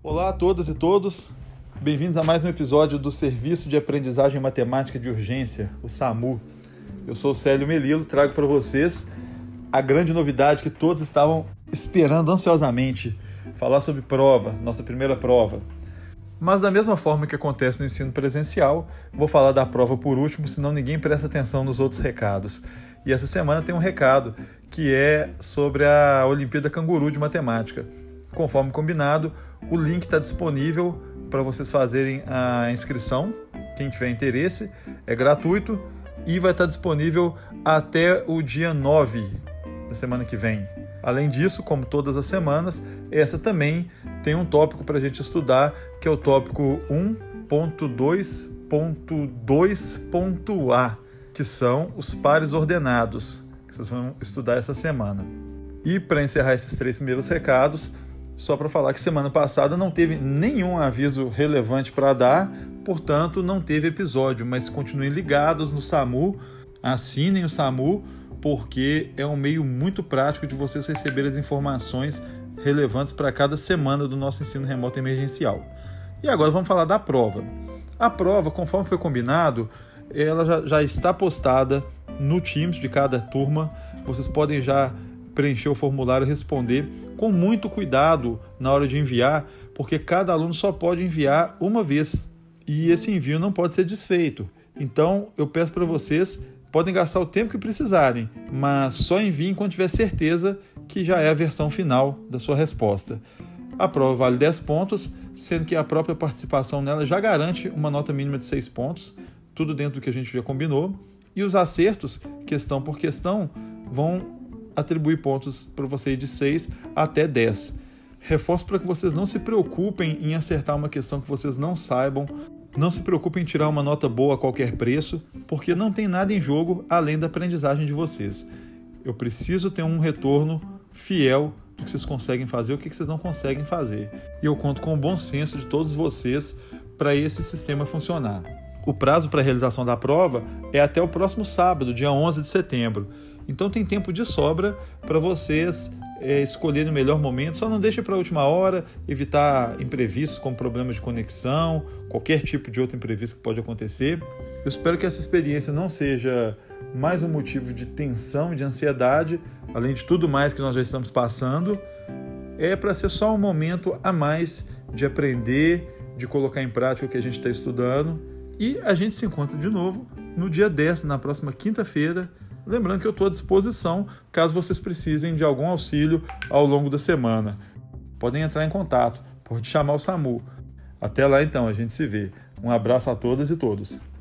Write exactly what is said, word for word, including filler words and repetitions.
Olá a todas e todos, bem-vindos a mais um episódio do Serviço de Aprendizagem Matemática de Urgência, o SAMU. Eu sou o Célio Melilo, trago para vocês a grande novidade que todos estavam esperando ansiosamente, falar sobre prova, nossa primeira prova. Mas da mesma forma que acontece no ensino presencial, vou falar da prova por último, senão ninguém presta atenção nos outros recados. E essa semana tem um recado que é sobre a Olimpíada Canguru de Matemática. Conforme combinado, o link está disponível para vocês fazerem a inscrição. Quem tiver interesse, é gratuito e vai estar disponível até o dia nove da semana que vem. Além disso, como todas as semanas, essa também tem um tópico para a gente estudar, que é o tópico um ponto dois ponto dois ponto A, que são os pares ordenados, que vocês vão estudar essa semana. E para encerrar esses três primeiros recados, só para falar que semana passada não teve nenhum aviso relevante para dar, portanto não teve episódio, mas continuem ligados no SAMU, assinem o SAMU, porque é um meio muito prático de vocês receberem as informações relevantes para cada semana do nosso ensino remoto emergencial. E agora vamos falar da prova. A prova, conforme foi combinado, ela já, já está postada no Teams de cada turma. Vocês podem já preencher o formulário e responder com muito cuidado na hora de enviar, porque cada aluno só pode enviar uma vez e esse envio não pode ser desfeito. Então, eu peço para vocês, podem gastar o tempo que precisarem, mas só enviem quando tiver certeza que já é a versão final da sua resposta. A prova vale dez pontos, sendo que a própria participação nela já garante uma nota mínima de seis pontos, tudo dentro do que a gente já combinou, e os acertos, questão por questão, vão atribuir pontos para você de seis até dez. Reforço para que vocês não se preocupem em acertar uma questão que vocês não saibam, não se preocupem em tirar uma nota boa a qualquer preço, porque não tem nada em jogo além da aprendizagem de vocês. Eu preciso ter um retorno fiel do que vocês conseguem fazer e o que vocês não conseguem fazer. E eu conto com o bom senso de todos vocês para esse sistema funcionar. O prazo para a realização da prova é até o próximo sábado, dia onze de setembro. Então tem tempo de sobra para vocês é, escolherem o melhor momento. Só não deixe para a última hora, evitar imprevistos como problemas de conexão, qualquer tipo de outro imprevisto que pode acontecer. Eu espero que essa experiência não seja mais um motivo de tensão, de ansiedade, além de tudo mais que nós já estamos passando. É para ser só um momento a mais de aprender, de colocar em prática o que a gente está estudando. E a gente se encontra de novo no dia dez, na próxima quinta-feira. Lembrando que eu estou à disposição caso vocês precisem de algum auxílio ao longo da semana. Podem entrar em contato, pode chamar o SAMU. Até lá então, a gente se vê. Um abraço a todas e todos.